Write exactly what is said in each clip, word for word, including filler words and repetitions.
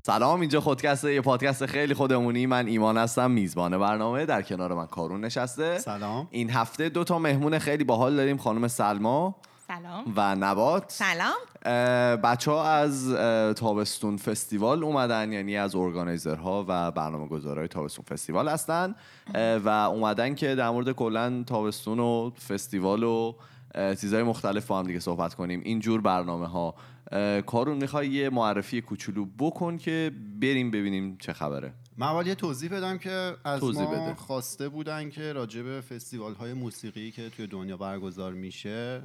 سلام، اینجا خودکسته، یه پادکست خیلی خودمونی. من ایمان هستم، میزبان برنامه. در کنار من کارون نشسته. سلام. این هفته دو تا مهمون خیلی باحال داریم، خانم سلما سلام و نبات. سلام. بچه ها از تابستون فستیوال اومدن، یعنی از ارگانیزرها و برنامه گذارهای تابستون فستیوال هستن و اومدن که در مورد کلن تابستون و فستیوال و چیزهای مختلف با هم دیگه صحبت کنیم. اینجور برنامه ها. کارون میخوای یه معرفی کوچولو بکن که بریم ببینیم چه خبره؟ من اول یه توضیح بدم که از توضیح ما بده. خواسته بودن که راجع به فستیوال های موسیقی که توی دنیا برگزار میشه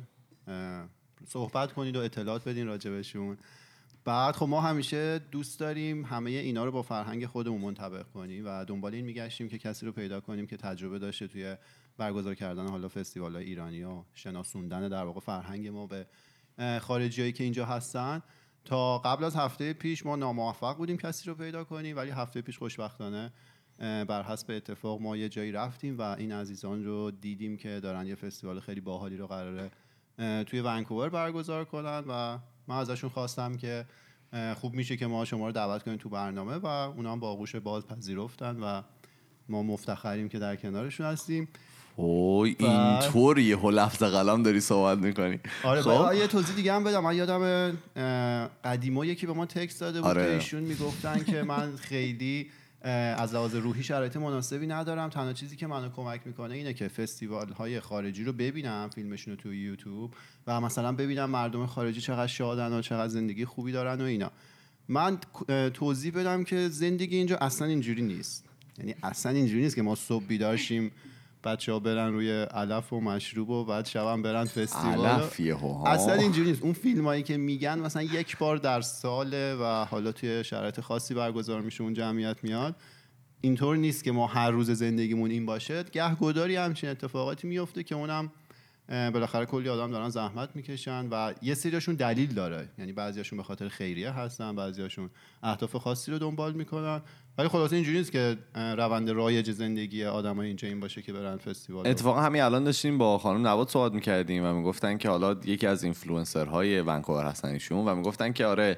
صحبت کنید و اطلاعات بدین راجع بهشون. بعد خب ما همیشه دوست داریم همه اینا رو با فرهنگ خودمون منطبق کنیم و دنبال این میگشتیم که کسی رو پیدا کنیم که تجربه داشته توی برگزار کردن حالا فستیوال های ایرانی و شناسوندن در واقع فرهنگ ما به خارجیایی که اینجا هستن. تا قبل از هفته پیش ما ناموفق بودیم کسی رو پیدا کنیم، ولی هفته پیش خوشبختانه بر حسب اتفاق ما یه جایی رفتیم و این عزیزان رو دیدیم که دارن یه فستیوال خیلی باحالی رو قراره توی ونکوور برگزار کنن و من ازشون خواستم که خوب میشه که ما شما رو دعوت کنیم تو برنامه و اونا هم با آغوش باز پذیرفتن و ما مفتخریم که در کنارشون هستیم. اوه اینطور یه لفظ قلم داری صحبت میکنی. آره خب یه توضیح دیگه هم بدم. من یادم قدیما یکی به ما تکست داده بود. آره. که ایشون میگفتن که من خیلی از لحاظ روحی شرایط مناسبی ندارم، تنها چیزی که منو کمک میکنه اینه که فستیوال های خارجی رو ببینم، فیلمشون رو تو یوتیوب و مثلا ببینم مردم خارجی چقدر شادن و چقدر زندگی خوبی دارن و اینا. من توضیح بدم که زندگی اینجا اصلا اینجوری نیست. یعنی اصلا اینجوری نیست که ما صبح بیدار شیم بچه‌ها برن روی علف و مشروب و بعد شبم برن فستیوال. علفیه ها. اصلا اینجوری نیست. اون فیلمایی که میگن مثلا یک بار در ساله و حالا توی شرایط خاصی برگزار میشه اون جمعیت میاد، اینطور نیست که ما هر روز زندگیمون این باشه. گهگداری همچین اتفاقاتی میفته که اونم بالاخره کلی آدم دارن زحمت میکشن و یه سریاشون دلیل داره. یعنی بعضیاشون به خاطر خیریه هستن، بعضیاشون اهداف خاصی رو دنبال میکنن، ولی خلاصه اینجوری نیست که روند رایج زندگی آدمای اینجا این باشه که برن فستیوال. اتفاقا همین الان داشتیم با خانم نبات صحبت میکردیم و میگفتن که حالا یکی از اینفلوئنسرهای ونکوور هستن ایشون و میگفتن که آره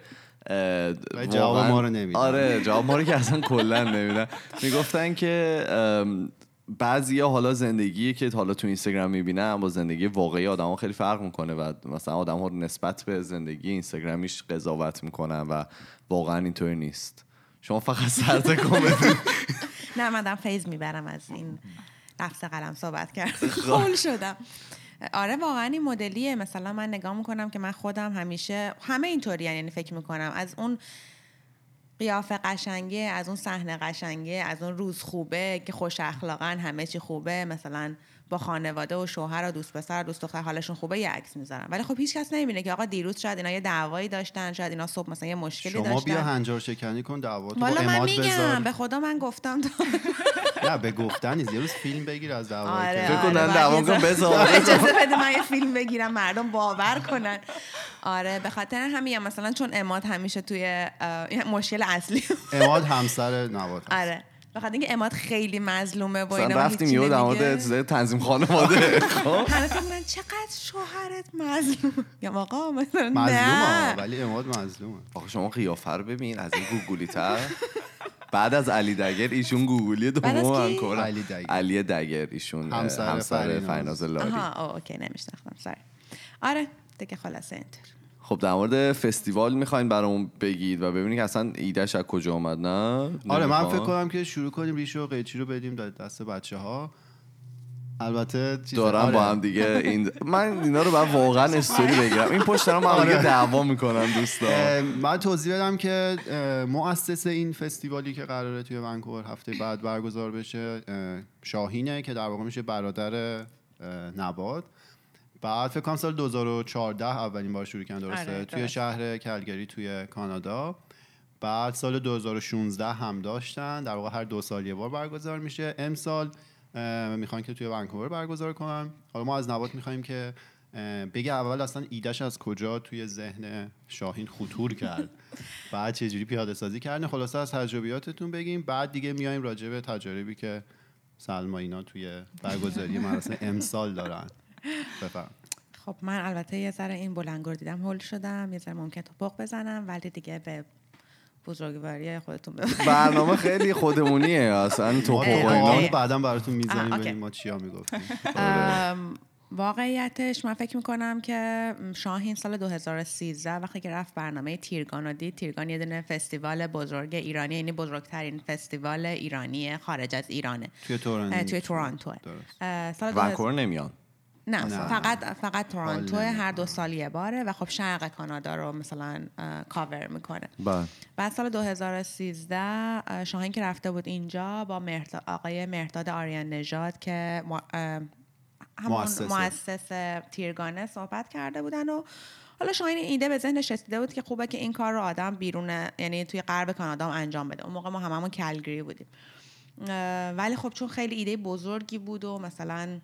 جواب ما رو نمیدن. آره جواب ما رو که اصلا کلا نمیدن. میگفتن که بعضیا حالا زندگی که حالا تو اینستاگرام میبینن با زندگی واقعی آدما خیلی فرق میکنه و مثلا آدم‌ها نسبت به زندگی اینستاگرامیش قضاوت میکنن و واقعا اینطور نیست. شما فقط سر تکون بدید. نه من دارم فیض میبرم از این لفظ قلم صحبت کردم. خول شدم. آره واقعا این مدلیه. مثلا من نگاه میکنم که من خودم همیشه همه اینطوری، یعنی فکر میکنم از اون قیافه قشنگه، از اون صحنه قشنگه، از اون روز خوبه که خوش اخلاقن، همه چی خوبه، مثلا با خانواده و شوهر و دوست پسر و دوست دختر حالشون خوبه، یه عکس میذارن. ولی خب هیچ کس نمیبینه که آقا دیروز شاید اینا یه دعوایی داشتن، شاید اینا صبح مثلا یه مشکلی شما داشتن. شما بیا هنجار شکنی کن دعواتو با اماد بذار. من میگم به خدا من گفتم نه به گفتن نیست، یه روز فیلم بگیر از دعوا. آره فکر کنن دعوا کن بذار اجازه بده من یه فیلم بگیرم مردم باور کنن. آره به خاطر همین مثلا چون اماد همیشه توی مشکل اصلی اماد همسر نبات هست. آره بخاطر اینکه اماد خیلی مظلومه با اینا رفتیم یهو در مورد تنظیم خانواده. خب همه فکر می‌کنن چقدر شوهرت مظلوم. یا آقا مثلا مظلومه ولی اماد مظلومه. آخه شما قیافه رو ببین از این گوگلی تر. بعد از علی دگر ایشون گوگلی دوم انکور. علی دگر علی دگر ایشون همسر فریناز لاری. آها اوکی نمیشناختم ساری. آره دیگه خلاصه اینطور. خب در مورد فستیوال میخواین برامون بگید و ببینید که اصلا ایدهش از کجا اومد؟ نه آره من فکر کنم که شروع کنیم ریش و قیچی رو بدیم دست بچه ها. البته دارم آره. با هم دیگه این من اینا رو بعد واقعا استوری بگیرم این پشت دارم با هم دیگه دعوا میکنن دوستا. من توضیح بدم که مؤسس این فستیوالی که قراره توی ونکوور هفته بعد برگزار بشه شاهینه که در واقع میشه برادر نبات. بعد فکر کنم سال دو هزار و چهارده اولین بار شروع کردن درسته؟ آره، توی شهر کلگری توی کانادا. بعد سال دو هزار و شانزده هم داشتن، در واقع هر دو سال یه بار برگزار میشه. امسال میخوان که توی ونکوور برگزار کنن. حالا ما از نبات میخوایم که بگه اول اصلا ایدهش از کجا توی ذهن شاهین خطور کرد، بعد چه جوری پیاده سازی کردن. خلاصه از تجربیاتتون بگیم، بعد دیگه میایم راجع به تجاربی که سلما اینا توی برگزاری مراسم امسال دارن. بفرم. خب من البته یه ذره این بلندگور دیدم هول شدم، یه ذره ممکن تو بوق بزنم، ولی دیگه به بزرگواری خودتون ببرید. برنامه خیلی خودمونیه اصلا تو ما اینا بعدا براتون میذاریم آه، ببینیم اوکی. ما چیا میگفتیم. ام، واقعیتش من فکر میکنم که شاهین سال دو هزار و سیزده وقتی که رفت برنامه تیرگان رو دید، تیرگان یه دونه فستیوال بزرگ ایرانی، یعنی بزرگترین فستیوال ایرانی خارج از ایرانه، توی تورنتو. اه، توی تورنتو. درست. سال دو هزار ونکوور نمیان. نه, نه. فقط فقط تورنتو حال هر دو سال یه باره و خب شرق کانادا رو مثلا کاور میکنه. بله. بعد سال دو هزار و سیزده شاهین که رفته بود اینجا با مهرداد، آقای مهرداد آریان نژاد که ما- اه، همون مؤسسه. مؤسس تیرگانه صحبت کرده بودن و حالا شاهین این ایده به ذهنش رسیده بود که خوبه که این کار رو آدم بیرون، یعنی توی غرب کانادا هم انجام بده. اون موقع ما هممون کلگری بودیم، ولی خب چون خیلی ایده بزرگی بود و مثلا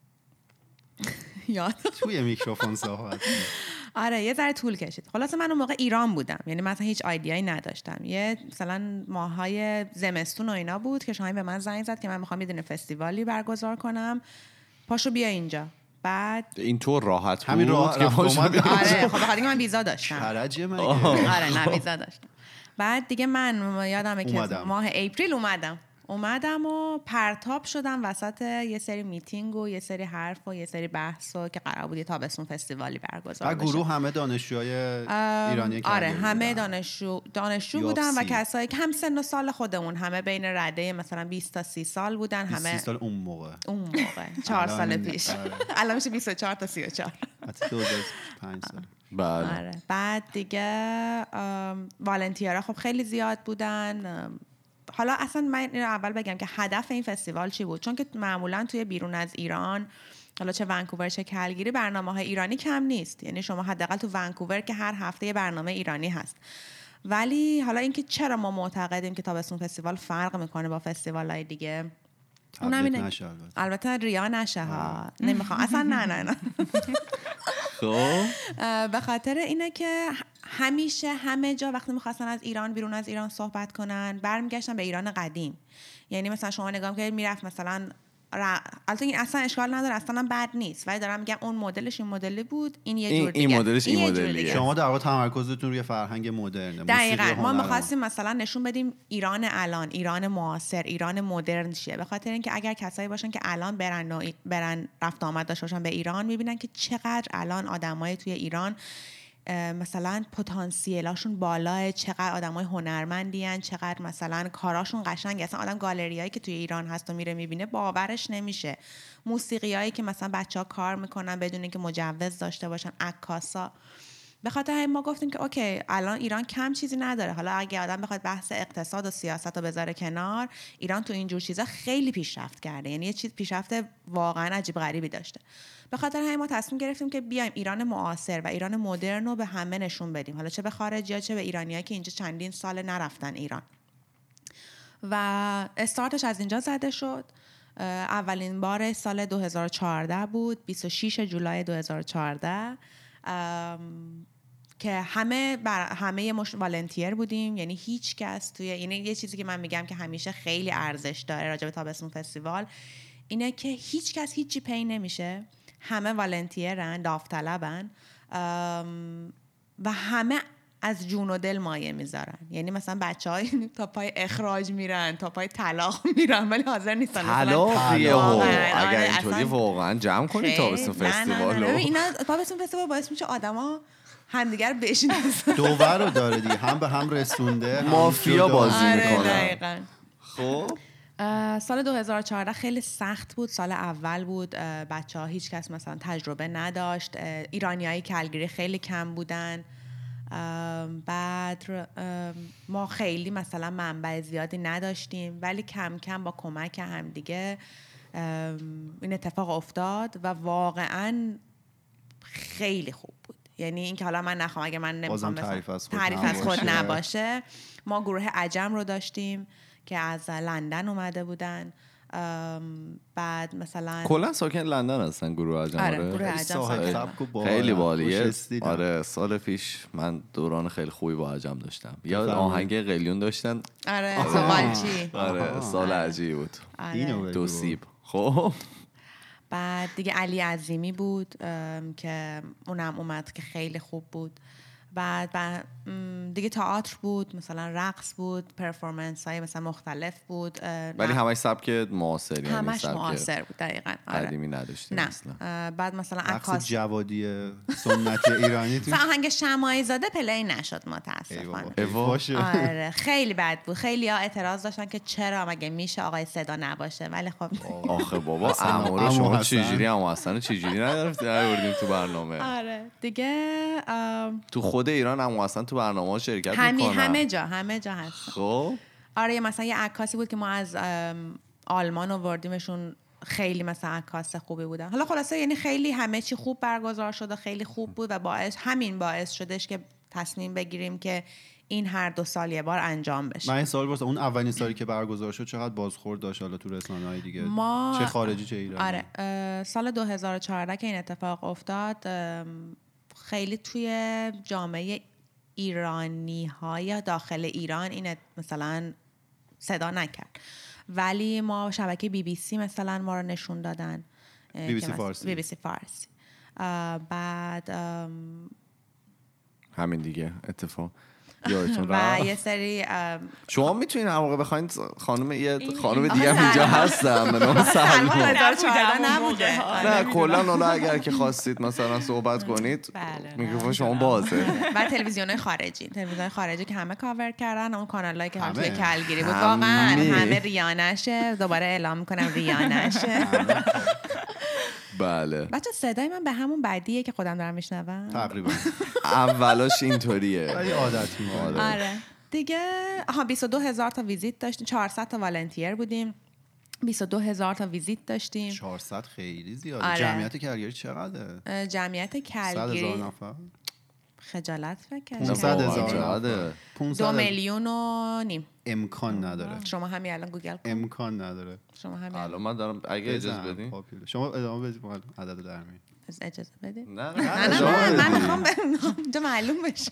یاد توی میکروفون صحبت. آره یه ذره طول کشید. خلاصه من اون موقع ایران بودم، یعنی مثلا هیچ ایده‌ای نداشتم. یه مثلا ماهای زمستون و اینا بود که شاهین به من زنگ زد که من میخوام یه دونه فستیوالی برگزار کنم، پاشو بیا اینجا. بعد اینطور راحت بود همین راه که رفت پاشو آمد. بیا. آره خب بخاطر من ویزا داشتم. کرجه مگه؟ آره نه ویزا داشتم. بعد دیگه من یادمه که اومدم. ماه اپریل اومدم اومدم و پرتاب شدم وسط یه سری میتینگ و یه سری حرف و یه سری بحث و که قرار بود یه تابستون فستیوالی برگزار و بشه. گروه همه دانشجوهای ایرانی که آره همه دانشجو دانشجو یا بودن و سی. کسایی که هم سن و سال خودمون، همه بین رده مثلا بیست تا سی سال بودن. بیست همه سال اون موقع. اون موقع چهار الان- سال پیش. آره. الان میشه بیست و چهار تا سی و چهار. حتی دو هزار و پنج سال. بله. آره. بعد دیگه والنتیرها خب خیلی زیاد بودن. ام، حالا اصلا من این رو اول بگم که هدف این فستیوال چی بود، چون که معمولا توی بیرون از ایران، حالا چه ونکوور چه کلگری، برنامه‌های ایرانی کم نیست. یعنی شما حداقل تو ونکوور که هر هفته یه برنامه ایرانی هست. ولی حالا اینکه چرا ما معتقدیم که تابستون فستیوال فرق میکنه با فستیوال‌های دیگه، اونم اینه نشه البته. البته ریا نشه ها، نمیخوام اصلا نه نه نه خب به خاطر اینه که همیشه همه جا وقتی میخواستن از ایران بیرون از ایران صحبت کنن برمیگشتن به ایران قدیم. یعنی مثلا شما نگاه کنید میرفت مثلا ر... البته این اصلا اشکال نداره، اصلا هم بد نیست، ولی دارم میگم اون مدلش این مدلی بود، این یه این- جور دیگه این مدلش این یه جور مدلیه. دیگه. شما در واقع تمرکزتون روی فرهنگ مدرنه. دقیقاً موسیقی ما هنر. می‌خواستیم مثلا نشون بدیم ایران الان، ایران معاصر، ایران مدرن چیه. به خاطر اینکه اگر کسایی باشن که الان برن و برن رفت آمد داشته باشن به ایران، می‌بینن که چقدر الان آدمای توی ایران مثلا پتانسیلاشون بالاه، چقدر آدمای هنرمندی ان، چقدر مثلا کاراشون قشنگه. اصلا آدم گالریایی که توی ایران هست و میره میبینه باورش نمیشه. موسیقیایی که مثلا بچه‌ها کار میکنن بدون اینکه مجوز داشته باشن، عکاسا. به خاطر همین ما گفتیم که اوکی الان ایران کم چیزی نداره. حالا اگه آدم بخواد بحث اقتصاد و سیاست رو بذاره کنار، ایران تو اینجور چیزا خیلی پیشرفت کرده، یعنی یه چیز پیشرفت واقعا عجیب غریبی داشته. به خاطر همین ما تصمیم گرفتیم که بیایم ایران معاصر و ایران مدرن رو به همه نشون بدیم، حالا چه به خارجی‌ها چه به ایرانی‌ها که اینجا چندین سال نرفتن ایران. و استارتش از اینجا زده شد. اولین بار سال دو هزار و چهارده بود، بیست و شش جولای دو هزار و چهارده که همه بر همه مش... والنتیر بودیم، یعنی هیچ کس توی، یعنی یه چیزی که من میگم که همیشه خیلی ارزش داره راجع به تابستون فستیوال اینه که هیچ کس هیچی پی نمیشه، همه والنتیرن، داوطلبن و همه از جون و دل مایه میذارن. یعنی مثلا بچهای تا پای اخراج میرن، تا پای طلاق میرن، ولی حاضر نیستن طلاقیه ها. اگر آره اینطوری واقعا جمع کنی تابستون فستیوالو. اینا تابستون فستیوال باعث میشه آدما همدیگر بشناسن، دوور رو داره دیگه، هم به هم رسونده، هم مافیا جدا. بازی آره میکنن. دقیقاً. خب سال دو هزار و چهارده خیلی سخت بود، سال اول بود، بچه ها هیچ کس مثلا تجربه نداشت، ایرانی های کلگری خیلی کم بودن. بعد ما خیلی مثلا منبع زیادی نداشتیم، ولی کم کم با کمک هم دیگه این اتفاق افتاد و واقعا خیلی خوب بود. یعنی اینکه حالا من نخوام اگه من نمیخوام تعریف از خود تعریف از خود نباشه. نباشه، ما گروه عجم رو داشتیم که از لندن اومده بودن. بعد مثلا کلا ساکن لندن هستن گروه عجم. آره آره گروه عجم صاحب ساکن سبک و باحال. خیلی خوش بالیه. استیدن. آره سال پیش من دوران خیلی خوبی با عجم داشتم. یا بفرمایید. آهنگ قلیون داشتن. آره سوالچی. آره سال عجیبی بود. اینو آره. بگو. دو سیب. خب بعد دیگه علی عظیمی بود که اونم اومد که خیلی خوب بود. بعد, بعد دیگه تئاتر بود، مثلا رقص بود، پرفورمنس های مثلا مختلف بود، ولی همش سبک معاصر، یعنی همش سبک معاصر بود دقیقاً. آره. قدیمی نداشتیم نه اصلا. بعد مثلا رقص عکاس جوادی سنتی ایرانی تو آهنگ شماعی زاده پلی نشد متاسفانه. باشه. آره خیلی بد بود. خیلی ها اعتراض داشتن که چرا مگه میشه آقای صدا نباشه، ولی خب آخه بابا عمو شما چجوری عمو حسن چجوری ندارفتید آوردیم تو برنامه؟ آره دیگه تو خود ایران عمو حسن تو برنامه‌ها شرکت همه میکنه، همه جا همه جا هست. خب آره مثلا یه عکاسی بود که ما از آلمان آوردیمشون، خیلی مثلا عکاس خوبی بودن. حالا خلاصه یعنی خیلی همه چی خوب برگزار شد و خیلی خوب بود و باعث همین باعث شدش که تصمیم بگیریم که این هر دو سال یه بار انجام بشه. من این سوال واسه اون اولین سالی که برگزار شد چقدر بازخورد داشت حالا تو رسانه‌های دیگه؟ ما چه خارجی چه ایرانی؟ آره سال دو هزار و چهارده که این اتفاق افتاد خیلی توی جامعه ایرانی های داخل ایران این مثلا صدا نکرد، ولی ما شبکه بی بی سی مثلا ما رو نشون دادن، بی بی سی فارسی بی بی سی فارسی. بعد همین دیگه اتفاق یادتون و رفت. یه سری شما میتونین هر موقع بخواید خانم یه خانم دیگه هم اینجا هستم به نام سلما، دو هزار و چهارده نبوده. نه کلا حالا اگر که خواستید مثلا صحبت کنید میکروفون شما بازه. و تلویزیون‌های خارجی تلویزیون‌های خارجی که همه کاور کردن، اون کانالایی که توی کلگیری بود واقعا همه ریانشه. دوباره اعلام میکنم ریانشه. بله بچه صدای من به همون بدیه که خودم دارم میشنوم تقریبا. اولاش اینطوریه ولی عادت می‌کنه. آره دیگه. آها بیست و دو هزار تا ویزیت داشتیم، چهارصد تا والنتیر بودیم، بیست و دو هزار تا ویزیت داشتیم. چهارصد خیلی زیاده. آره. جمعیت کلگری چقدره؟ جمعیت کلگری صد هزار نفر. خجالت فکر پانصد هزار نفر. دو میلیون و نیم. امکان نداره. شما همین الان گوگل کن. امکان نداره. شما همین الان من دارم اگه اجازه بدین شما ادامه بدید ما عدد در میاریم. اجازه بدید. نه نه نه من میخوام اینجا معلوم بشه.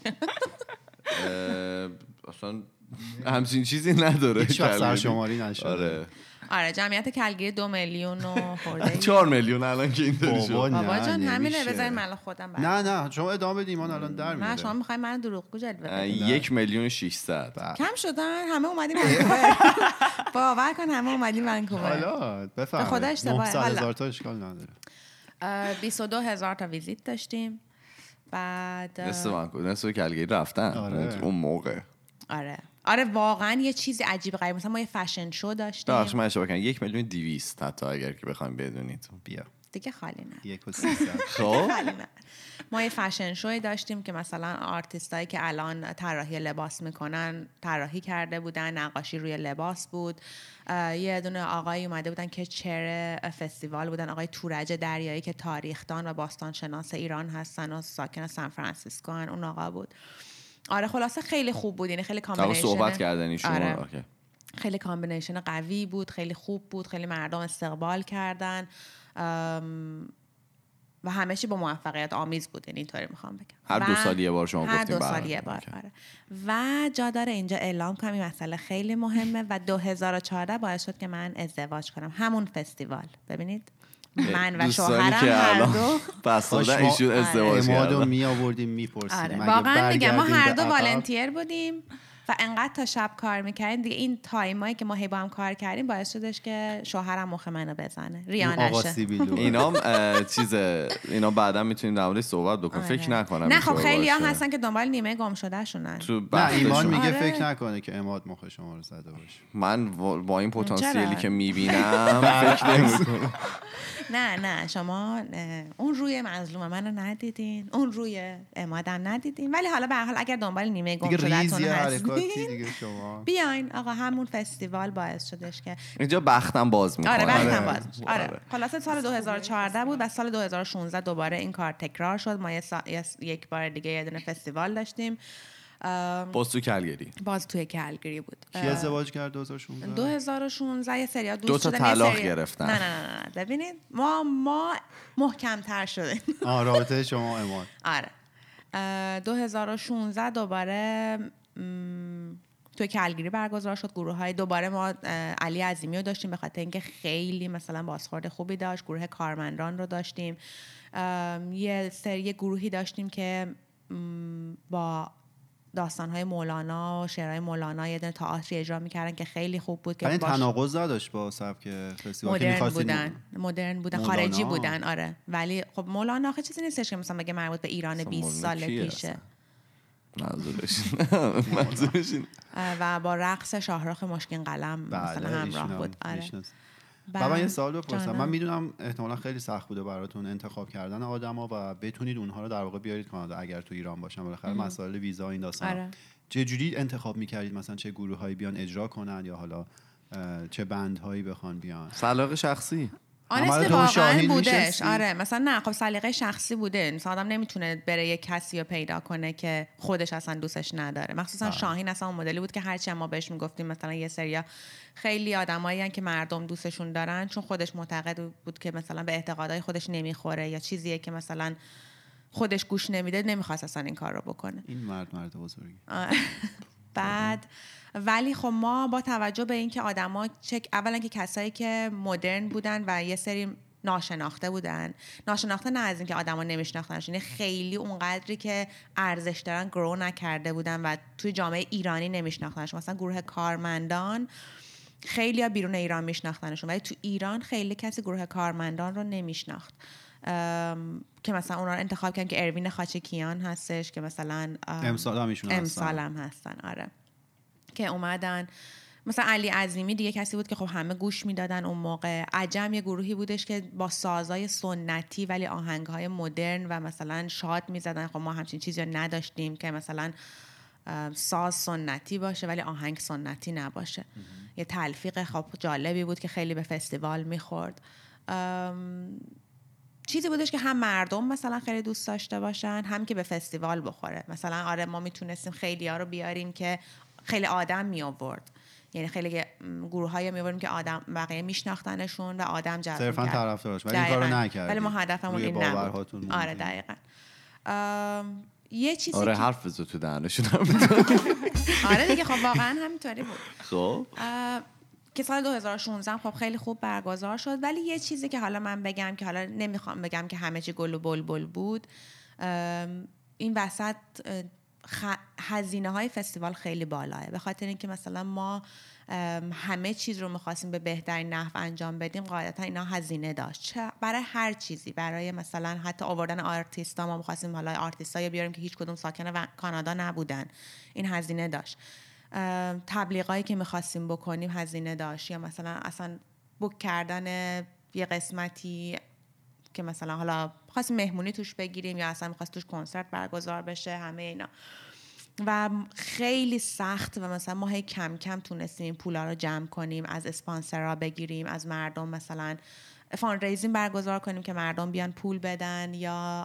اصلا همچین چیزی نداره. هیچ وقت سرشماری نشده. آره آره جمعیت کلگری دو میلیون و خورده چهار میلیون الان که اینطوری شد. بابا جان همینه بذاریم الان خودم نه نه شما ادامه بدید ما الان در میاریم. نه شما میخواید من دروغگو جلوه بدید. یک میلیون و ششصد کم شدن همه اومدیم ونکوور. باور کن همه اومدیم ونکوور. حالا بفرمایید. خدا اشتباهه. نهصد هزار تا اشکال نداره. بیست و دو هزار تا ویزیت داشتیم. بعد نصف ونکوور نصف کلگری رفتن. آره. اون موقع آره آره واقعا یه چیزی عجیب غریب. مثلا ما یه فشن شو داشتیم. داشت من اشتباه کردم. یک میلیون دویست حتی اگر که بخوایم بدونید. بیا دیگه خالی نه. یک و سیصد. خب ما یه فشن شوی داشتیم که مثلا آرتیستایی که الان طراحی لباس میکنن طراحی کرده بودن، نقاشی روی لباس بود. یه دونه آقای اومده بودن که چر فستیوال بودن، آقای تورج دریایی که تاریخدان و باستان شناس ایران هستن و ساکن سان فرانسیسکو هن. اون آقا بود. آره خلاصه خیلی خوب بود، یعنی خیلی کامبینیشن صحبت کردن شما. آره. اوکی. خیلی کامبینیشن قوی بود، خیلی خوب بود، خیلی مردم استقبال کردن و همه چی با موفقیت آمیز بود، یعنی اینطوری میخوام بگم. هر دو سال یه بار شما گفتیم هر دو سال یه بار. آره. و جا داره اینجا اعلام کنم این مسئله خیلی مهمه و دو هزار و چهارده باعث شد که من ازدواج کنم. همون فستیوال ببینید من و شوهرم هر دو پس دادن ایشون ازدواج کردن. امادو می آوردیم میپرسیم. آره. واقعا میگم ما هر دو والنتیر بودیم و انقدر تا شب کار میکردیم دیگه. این تایمایی که ما هی با هم کار کردیم باعث شدش که شوهرم مخ منو بزنه، ریانشه. اینام چیز اینا بعدا میتونیم در موردش صحبت بکنیم. فکر نکنم نه خب خیلی ها هستن که دنبال نیمه گم شده شونن. نه ایمان میگه آره. فکر نکنه که اماد مخ شما رو زده باشه. من با این پتانسیلی که میبینم فکر نمیکنم. نه نه شما اون روی مظلوم منو ندیدین، اون روی امادم ندیدین، ولی حالا به هر حال اگر دنبال نیمه گم شدهتون هستین بیاین آقا همون فستیوال باعث شدش که اینجا بختم باز میکنه. آره بختم باز میشه. آره خلاصه سال دو هزار و چهارده بود و سال دو هزار و شانزده دوباره این کار تکرار شد. ما یک بار دیگه یه دونه فستیوال داشتیم باز تو کلگری. باز توی کلگری بود. کی ازدواج کرد دو هزار و شانزده؟ دو هزار و شانزده یه سری ها دوست شدن. دو تا طلاق گرفتن. نه نه نه ببینید ما ما محکم‌تر شدیم. آه رابطه شما اماد. آره دو هزار و شانزده دوباره توی کلگری برگزار شد. گروه های دوباره ما علی عظیمی رو داشتیم به خاطر اینکه خیلی مثلا بازخورد خوبی داشت. گروه کارمندان رو داشتیم. یه سری گروهی داشتیم که با داستان‌های مولانا و شعرهای مولانا یه دونه تئاتری اجرا می‌کردن که خیلی خوب بود که این باش تناقض نداشت با سبک فستیوال که مدرن می‌خواستین بودن مدرن بودن مولانا. خارجی بودن آره ولی خب مولانا آخه چیزی نیستش که مثلا بگه مربوط به ایران اصلا بیست مولانا سال کیه پیشه منظورش منظورش این و با رقص شاهرخ مشکین قلم بله، مثلا همراه ایشون بود هم آره می‌شناسم. بعد- بابا یه سوال بپرسم جانم. من میدونم احتمالا خیلی سخت بوده براتون انتخاب کردن آدما و بتونید اونها رو در واقع بیارید کانادا اگر تو ایران باشن بالاخره مسائل ویزا این داستان آره. چه جوری انتخاب میکردید مثلا چه گروهایی بیان اجرا کنن یا حالا اه، چه بندهایی بخوان بیان سلاق شخصی همه آنستی رو تو واقعا شاهین بودش می‌شستی؟ آره مثلا نه خب سلیقه شخصی بوده مثلا آدم نمیتونه بره یه کسی رو پیدا کنه که خودش اصلا دوستش نداره مخصوصا شاهین اصلا اون مدلی بود که هرچی ما بهش میگفتیم مثلا یه سریا خیلی آدمایی که مردم دوستشون دارن چون خودش معتقد بود که مثلا به اعتقادهای خودش نمیخوره یا چیزیه که مثلا خودش گوش نمیده نمیخواست اصلا این کار رو بکنه این مرد مرد بزرگی بعد ولی خب ما با توجه به اینکه آدما چک اولا که کسایی که مدرن بودن و یه سری ناشناخته بودن ناشناخته نه از اینکه آدما نمیشناختنش یعنی خیلی اونقدری که ارزش دارن گرو نکرده بودن و توی جامعه ایرانی نمیشناختنش مثلا گروه کارمندان خیلی ها بیرون ایران میشناختنشون ولی تو ایران خیلی کسی گروه کارمندان رو نمیشناخت که مثلا اونا رو انتخاب کردن که اروین خاچکیان هستش که مثلا امسال هم ایشون هستن امسال هم هستن آره که اومدن مثلا علی عظیمی دیگه کسی بود که خب همه گوش میدادن اون موقع عجم یه گروهی بودش که با سازای سنتی ولی آهنگهای مدرن و مثلا شاد میزدن خب ما همچین چیزی رو نداشتیم که مثلا ساز سنتی باشه ولی آهنگ سنتی نباشه یه تلفیق خب جالبی بود که خیلی به فستیوال میخورد چیزی بودش که هم مردم مثلا خیلی دوست داشته باشن هم که به فستیوال بخوره مثلا آره ما میتونستیم خیلی ها رو بیاریم که خیلی آدم می آورد یعنی خیلی گروه های می آوردیم که آدم بقیه میشناختنشون و آدم جذب کرد صرفا طرفدارش ولی این کارو نکردید ولی ما هدفمون این نبود آره دقیقاً یه چیزی آره که... حرف بزن تو دهنشون آره دیگه خب واقعا همینطوری بود خب که سال دو هزار و شانزده خب خیلی خوب برگزار شد ولی یه چیزی که حالا من بگم که حالا نمیخوام بگم که همه چی گل و بلبل بود این وسط خ... هزینه های فستیوال خیلی بالاه به خاطر اینکه مثلا ما همه چیز رو میخواستیم به بهترین نحو انجام بدیم قاعدتا اینا هزینه داشت چه برای هر چیزی برای مثلا حتی آوردن آرتیستا ما میخواستیم حالا آرتیستایی بیاریم که هیچ کدوم ساکن و... کانادا نبودن این هزینه داشت تبلیغایی که میخواستیم بکنیم هزینه داشت یا مثلا اصلا بوک کردن یه قسمتی که مثلا حالا خواستیم مهمونی توش بگیریم یا اصلا میخواست توش کنسرت برگزار بشه همه اینا و خیلی سخت و مثلا ما هی کم کم تونستیم این پولا رو جمع کنیم از اسپانسرها بگیریم از مردم مثلا فاندریزینگ برگزار کنیم که مردم بیان پول بدن یا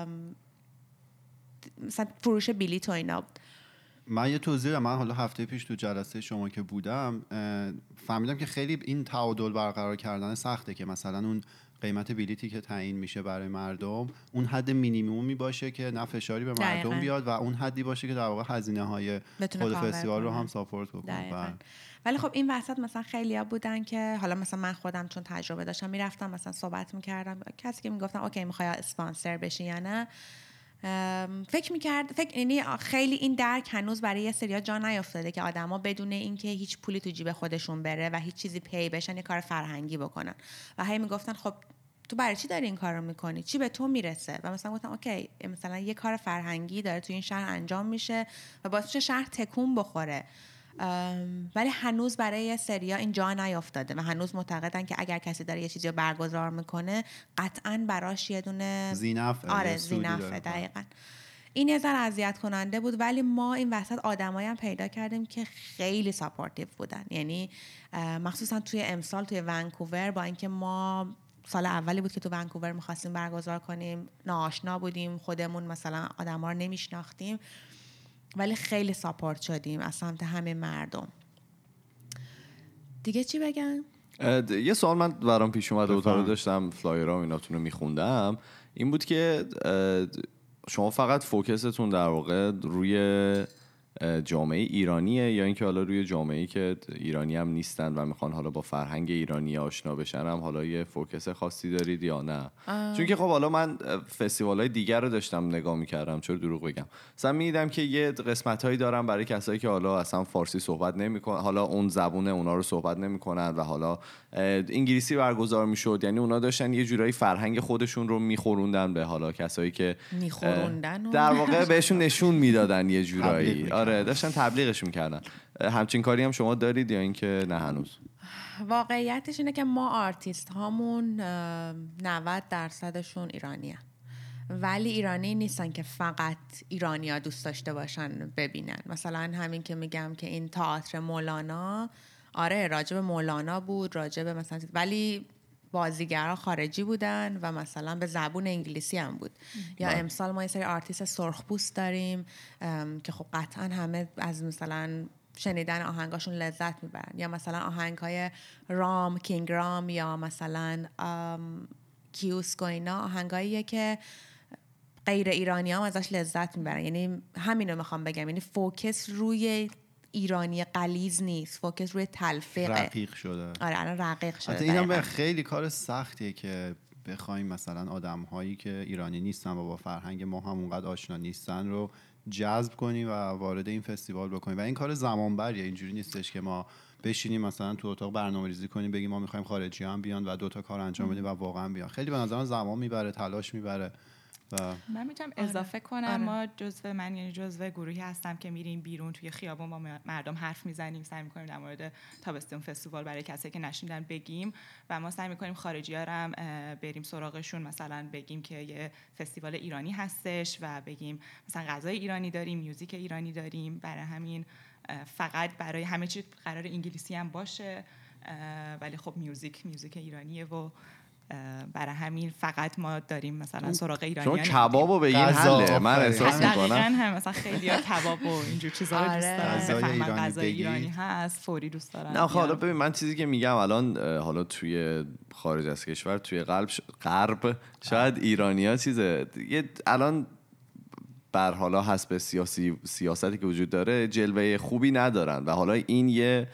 مثلا فروش بلیط و اینا. من یه توضیح بدم. من حالا هفته پیش تو جلسه شما که بودم فهمیدم که خیلی این تعادل برقرار کردن سخته که مثلا اون قیمت بلیتی که تعیین میشه برای مردم اون حد مینیمومی باشه که نه فشاری به مردم دقیقا. بیاد و اون حدی باشه که در واقع هزینه های خود فستیوال رو هم ساپورت بکنه. ولی خب این وسط مثلا خیلیا بودن که حالا مثلا من خودم چون تجربه داشتم میرفتم مثلا صحبت میکردم کسی که میگفتن اوکی میخوای اسپانسر بشی یا نه فکر میکرد فکر یعنی خیلی این درک هنوز برای یه سریا جا نیافتاده که آدما بدون اینکه هیچ پولی تو جیب خودشون بره و هیچ چیزی پی بشن یه کار فرهنگی بکنن و هی میگفتن خب تو برای چی داری این کارو میکنی چی به تو میرسه و مثلا گفتم اوکی مثلا یه کار فرهنگی داره تو این شهر انجام میشه و باعث میشه شهر تکون بخوره ولی هنوز برای یه سریا این جا نیافتاده و هنوز معتقدن که اگر کسی داره یه چیزی رو برگزار میکنه قطعاً براش یه دونه زینفه آره زینفه دقیقاً. این یه ذره اذیت کننده بود ولی ما این وسط آدمایی هم پیدا کردیم که خیلی ساپورتیو بودن یعنی مخصوصا توی امسال توی ونکوور با اینکه ما سال اولی بود که تو ونکوور می‌خواستیم برگزار کنیم ناآشنا بودیم خودمون مثلا آدما رو نمیشناختیم ولی خیلی ساپورت شدیم از سمت همه مردم. دیگه چی بگم؟ یه سوال من برام پیش اومده بود رو داشتم فلایرها و ایناتون رو میخوندم این بود که شما فقط فوکستون در واقع روی جامعه ایرانیه یا اینکه حالا روی جامعه‌ای که ایرانی هم نیستن و میخوان حالا با فرهنگ ایرانی آشنا بشن هم حالا یه فوکس خاصی دارید یا نه؟ آه. چون که خب حالا من فستیوال‌های دیگر رو داشتم نگاه می‌کردم، چرا دروغ بگم، مثلا می‌دیدم که یه قسمت‌هایی دارن برای کسایی که حالا اصلا فارسی صحبت نمی‌کنن، حالا اون زبون اونا رو صحبت نمی‌کنن و حالا انگلیسی برگزار می‌شد، یعنی اونا داشتن یه جورایی فرهنگ خودشون رو می‌خوروندن به حالا کسایی که می‌خوروندن در واقع بهشون نشون میدادن یه جورایی. آره داشتن تبلیغش میکردن. همچین کاری هم شما دارید یا اینکه نه هنوز؟ واقعیتش اینه که ما آرتیست هامون نود درصدشون ایرانی هن. ولی ایرانی نیستن که فقط ایرانی ها دوست داشته باشن ببینن. مثلا همین که میگم که این تئاتر مولانا، آره راجب مولانا بود، راجب مثلا، ولی بازیگرها خارجی بودن و مثلا به زبون انگلیسی هم بود. یا امسال ما یه سری آرتیست سرخپوست داریم که خب قطعا همه از مثلا شنیدن آهنگاشون لذت میبرن، یا مثلا آهنگای رام، کینگ رام، یا مثلا کیوسک و اینا آهنگاییه که غیر ایرانی هم ازش لذت میبرن. یعنی همینو میخوام بگم، یعنی فوکس روی ایرانی غلیظ نیست، فوکس روی تلفیق رقیق شده. آره الان رقیق شده. اینم به خیلی کار سختیه که بخوایم مثلا آدم هایی که ایرانی نیستن و با فرهنگ ما هم اونقدر آشنا نیستن رو جذب کنیم و وارد این فستیوال بکنیم و این کار زمان بریه. اینجوری نیستش که ما بشینیم مثلا تو اتاق برنامه‌ریزی کنیم بگیم ما می‌خوایم خارجی هم بیان و دو تا کار انجام بدیم و واقعا بیان. خیلی به نظر من زمان میبره، تلاش میبره. من میتونم اضافه کنم آره. ما جزو من یعنی جزو گروهی هستم که میریم بیرون توی خیابون با مردم حرف میزنیم، سعی میکنیم در مورد تابستون فستیوال برای کسایی که نشنیدن بگیم و ما سعی میکنیم خارجی‌ها هم بریم سراغشون، مثلا بگیم که یه فستیوال ایرانی هستش و بگیم مثلا غذای ایرانی داریم، میوزیک ایرانی داریم. برای همین فقط برای همه چی قرار انگلیسی هم باشه ولی خب میوزیک میوزیک ایرانیه و برای همین فقط ما داریم مثلا سراغ ایرانیان. شما کبابو بگین حله، من احساس میکنم دقیقاً هم مثلا خیلی‌ها کباب و اینجور چیزا رو دوست دارن، بفهمن غذای ایرانی هست فوری دوست دارن. نه حالا ببین من چیزی که میگم الان حالا توی خارج از کشور توی غرب غرب شاید ایرانی‌ها چیزه یه الان بر حالا حسب سیاسی سیاستی که وجود داره جلوه خوبی ندارن و حالا این یه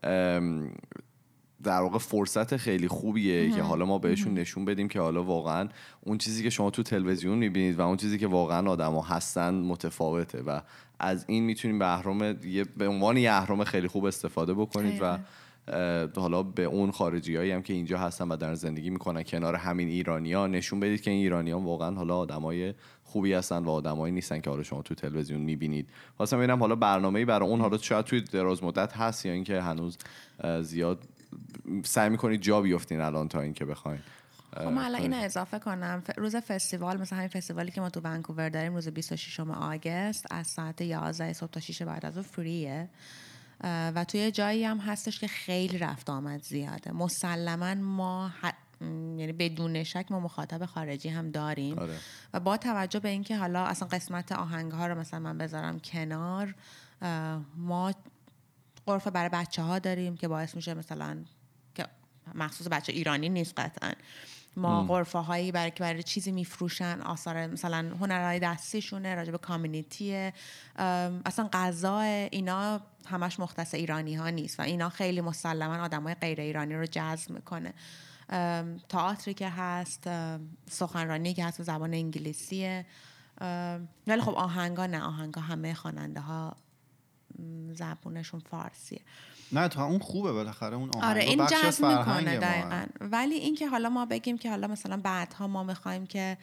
در واقع فرصت خیلی خوبیه که حالا ما بهشون نشون بدیم که حالا واقعا اون چیزی که شما تو تلویزیون میبینید و اون چیزی که واقعا آدما هستن متفاوته و از این میتونیم به اهرم به عنوان یه اهرم خیلی خوب استفاده بکنید و حالا به اون خارجیایی هم که اینجا هستن و در زندگی میکنن کنار همین ایرانی‌ها نشون بدید که این ایرانی‌ها واقعا حالا آدمای خوبی هستن و آدمایی نیستن که حالا شما تو تلویزیون میبینید. واسه ببینم حالا برنامه‌ای برای اون حالا شاید توی دراز مدت هست یا اینکه هنوز زیاد سعی میکنید جا بیافتین الان تا اینکه بخواید. خب من الان اینو اضافه کنم، روز فستیوال مثلا همین فستیوالی که ما تو ونکوور داریم روز بیست و ششم آگوست از ساعت یازده صبح تا شش بعد از اون فریه و توی جایی هم هستش که خیلی رفت آمد زیاده. مسلما ما ح... یعنی بدون شک ما مخاطب خارجی هم داریم آره. و با توجه به اینکه حالا اصلا قسمت آهنگ ها رو مثلا من بذارم کنار، ما غرفه برای بچه ها داریم که باعث میشه مثلا که مخصوص بچه ایرانی نیست قطعا، ما غرفه هایی برای که برای چیزی میفروشن، آثار مثلا هنرهای دستیشونه، راجع به کامیونیتی، اصلا غذا اینا همش مختص ایرانی ها نیست و اینا خیلی مسلما آدمای غیر ایرانی رو جذب میکنه. تئاتری که هست، سخنرانی که هست به زبان انگلیسیه، ولی خب آهنگا نه، آهنگا همه خواننده ها زبونشون فارسیه. نه تا اون خوبه بالاخره اون آهنگ آره این جذب میکنه دقیقاً. ولی این که حالا ما بگیم که حالا مثلا بعدها ما میخوایم که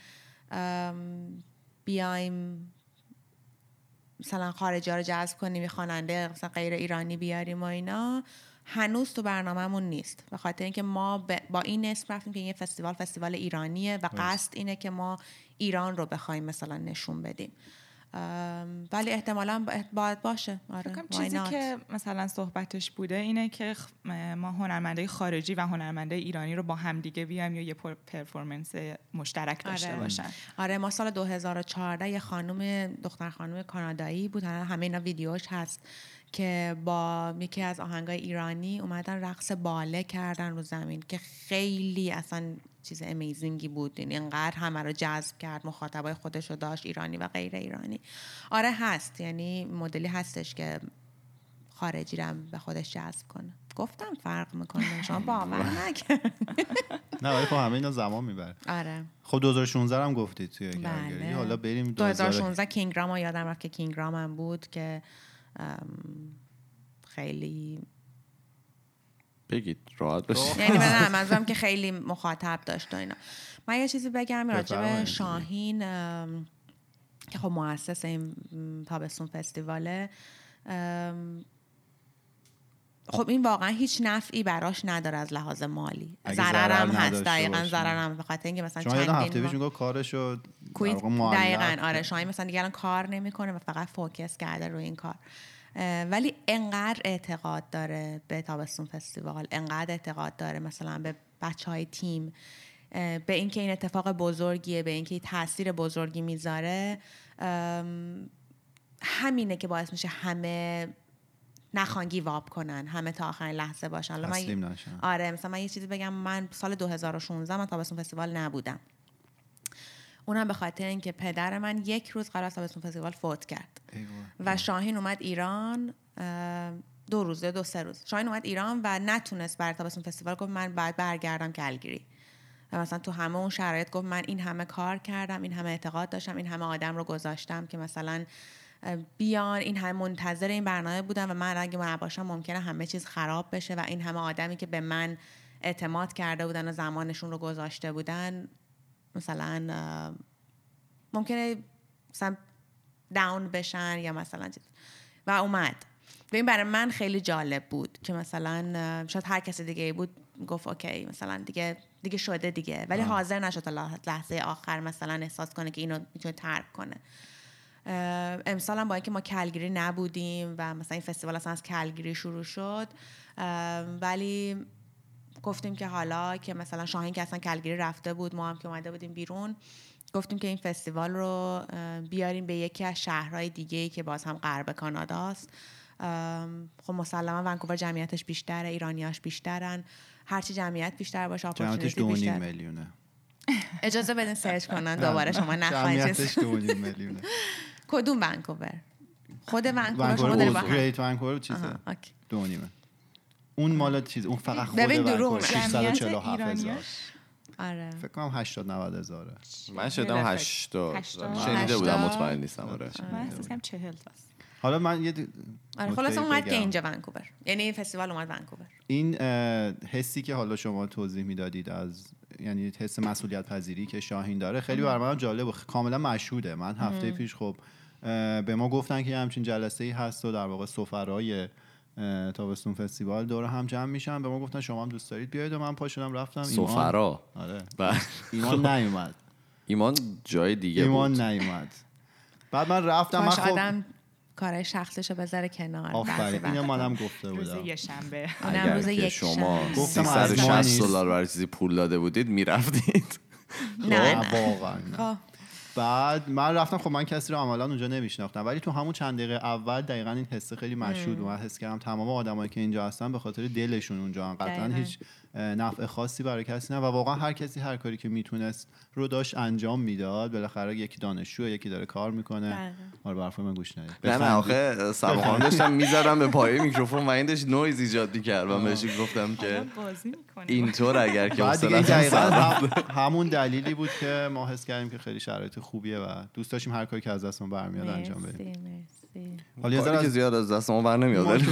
بیایم مثلا خارجی ها رو جذب کنیم، خواننده مثلا غیر ایرانی بیاریم و اینا، هنوز تو برنامه‌مون نیست، به خاطر اینکه ما با این اسم رفتیم که این فستیوال فستیوال ایرانیه و قصد اینه که ما ایران رو بخوایم مثلا نشون بدیم، ولی احتمالاً باید باشه. آره چیزی که مثلا صحبتش بوده اینه که ما هنرمندای خارجی و هنرمندای ایرانی رو با هم دیگه بیایم یا یه پرفورمنس مشترک داشته آره. باشن. آره ما سال دو هزار و چهارده یه خانم دختر خانم کانادایی بود، همه اینا ویدیوش هست که با یکی از آهنگای ایرانی اومدن رقص باله کردن رو زمین که خیلی اصلا چیز امیزینگی بود، یعنی اینقدر همه رو جذب کرد، مخاطبای خودش رو داشت، ایرانی و غیر ایرانی. آره هست، یعنی مدلی هستش که خارجی رو به خودش جذب کنه. گفتم فرق میکنه، شما باور نکن. نه ولی خب همه اینا زمان میبره. آره خب دو هزار و شانزده هم گفتید توی کارگری. بله. حالا بریم دو هزار و شانزده کینگرام رو یادم رفت که کینگرام هم بود که خیلی بگید راحت باشید. یعنی من منظورم که خیلی مخاطب داشت و اینا. من یه چیزی بگم راجع به شاهین که خب مؤسس این تابستون فستیواله. خب این واقعا هیچ نفعی براش نداره از لحاظ مالی، ضررم هست، دقیقاً ضررم به خاطر اینکه مثلا چند هفته پیش میگه کارشو دقیقاً آره شاهین مثلا دیگه الان کار نمیکنه و فقط فوکس کرده روی این کار، ولی انقدر اعتقاد داره به تابستون فستیوال، انقدر اعتقاد داره مثلا به بچهای تیم، به اینکه این اتفاق بزرگیه، به اینکه تاثیر بزرگی میذاره، همینه که باعث میشه همه نخوان گیواب کنن، همه تا آخرین لحظه باشن. تسلیم نشن. آره مثلا من یه چیزی بگم، من سال دو هزار و شانزده من تابستون فستیوال نبودم، اونم به خاطر اینکه پدر من یک روز قبل از تابستون فستیوال فوت کرد و شاهین اومد ایران دو روز دو سه روز شاهین اومد ایران و نتونست برای تابستون فستیوال، گفت من باید برگردم کلگری و مثلا تو همه اون شرایط گفت من این همه کار کردم، این همه اعتقاد داشتم، این همه آدم رو گذاشتم که مثلا بیان، این همه منتظر این برنامه بودن و من اگه من نباشم ممکنه همه چیز خراب بشه و این همه آدمی که به من اعتماد کرده بودن و زمانشون رو گذاشته بودن مثلا ممکنه مثلا داون بشن یا مثلا چیز. و اومد و این برای من خیلی جالب بود که مثلا شاید هر کسی دیگه بود گفت اوکی مثلا دیگه دیگه شده دیگه، ولی آه. حاضر نشد تا لحظه آخر مثلا احساس کنه که اینو میتونه ترک کنه. امسال هم با اینکه ما کلگری نبودیم و مثلا این فستیوال اصلا از کلگری شروع شد، ولی گفتیم که حالا که مثلا شاهین که اصلا کلگری رفته بود، ما هم که اومده بودیم بیرون، گفتیم که این فستیوال رو بیاریم به یکی از شهرهای دیگه‌ای که باز هم غرب کاناداست. خب مسلما ونکوور جمعیتش بیشتره، ایرانیاش بیشترن، هرچی جمعیت بیشتر باشه اپورتونیتی بیشتر. میلیونه. اجازه بدین سرچ کنن دوباره شما نخواهید. جمعیتش دو میلیونه. کدوم ونکوور؟ خود ونکوور شما دارید با گریت ونکوور چیزه دو نیمه. اون مال چیز اون فقط خود ونکوور ششصد و چهل و هفت هزار. آره فکر کنم هشتاد نود هزاره. من شدم هشتاد شنیده بودم، مطمئن نیستم. آره من احساس کنم چهل تاست. حالا من یه آره خلاص اومد که اینجا ونکوور، یعنی این فستیوال اومد ونکوور. این حسی که حالا شما توضیح میدادید از یعنی حس مسئولیت پذیری که شاهین داره خیلی برای من جالب و کاملا مشهوده. من هفته پیش خب به ما گفتن که همچین جلسه‌ای هست و در واقع سفرای تابستون فستیوال دور هم جمع میشن، به ما گفتن شما هم دوست دارید بیاید و من پا شدم رفتم. سفرا آره ایمان نیومد، ایمان جای دیگه ایمان بود. نیومد. بعد من رفتم، من خب آدم کارهای شخصیشو بذاره کنار. آفرین اینو منم گفته بودم. روز یه شنبه اونم روز یک شما گفتم سیصد و شصت دلار برای چیزی پول داده بودید میرفتید. نه واقعا. بعد من رفتم، خب من کسی رو عملا اونجا نمیشناختم، ولی تو همون چند دقیقه اول دقیقاً این حس خیلی مشهود و من حس کردم تمام آدمایی که اینجا هستن به خاطر دلشون اونجا، قطعا هیچ نفع خاصی برای کسی نه و واقعا هر کسی هر کاری که میتونست رو داشت انجام میداد. بالاخره یکی دانشجو، یکی داره کار میکنه. آره به حرفای من گوش ندید. نه نه آخه سبخان داشتم میذارم به پایه میکروفون و این داشت نویز ایجاد میکرد و بهش گفتم که اینطور اگر که اصلا همون دلیلی بود که ما حس کردیم که خیلی شرایط خوبیه و دوست داشتیم هر کاری که از دستمون برمیاد انجام بدیم. حالا یه ذره زیاد از دستمون بر نمیاد ولی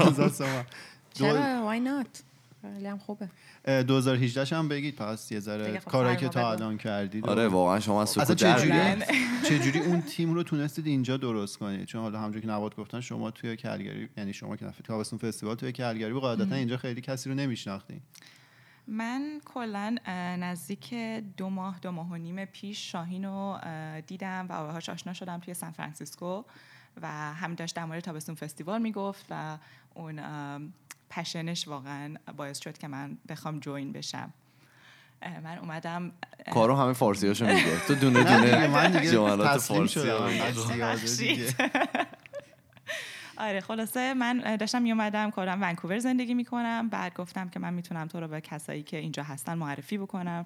چرا why not خیلی هم خوبه. دو هزار و هجده هم بگید پس یه ذره کارهایی که تا الان کردید. آره واقعا شما سوپر در چه جوری اون تیم رو تونستید اینجا درست کنید؟ چون حالا همونجوری که نواد گفتن شما توی کلگری، یعنی شما که نفر تابستون فستیوال توی کلگری بود، قاعدتا اینجا خیلی کسی رو نمیشناختین. من کلا نزدیک دو ماه دو ماه و نیم پیش شاهین رو دیدم و باهاش آشنا شدم توی سان فرانسیسکو و هم داشت در مورد تابستون فستیوال میگفت و اون پشنش واقعا باعث شد که من بخوام جوین بشم. من اومدم کارو همه فارسیاشو میگه تو دونه دونه من دیگه جملات تسلیم فارسی شدم. آره خلاصه من داشتم می اومدم کلا ونکوور زندگی میکنم، بعد گفتم که من میتونم تو رو به کسایی که اینجا هستن معرفی بکنم